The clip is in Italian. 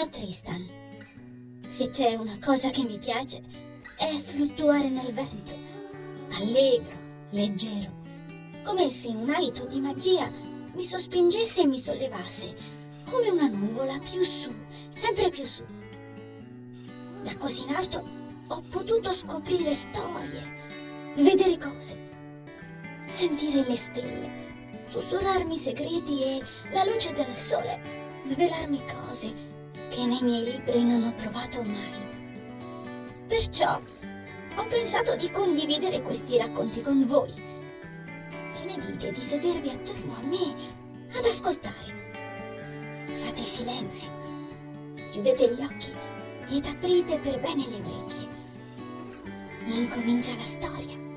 Sono Tristan. Se c'è una cosa che mi piace è fluttuare nel vento, allegro, leggero, come se un alito di magia mi sospingesse e mi sollevasse, come una nuvola più su, sempre più su. Da così in alto ho potuto scoprire storie, vedere cose, sentire le stelle, sussurrarmi segreti e la luce del sole svelarmi cose che nei miei libri non ho trovato mai. Perciò ho pensato di condividere questi racconti con voi. Che ne dite di sedervi attorno a me ad ascoltare? Fate silenzio, chiudete gli occhi ed aprite per bene le orecchie. Incomincia la storia.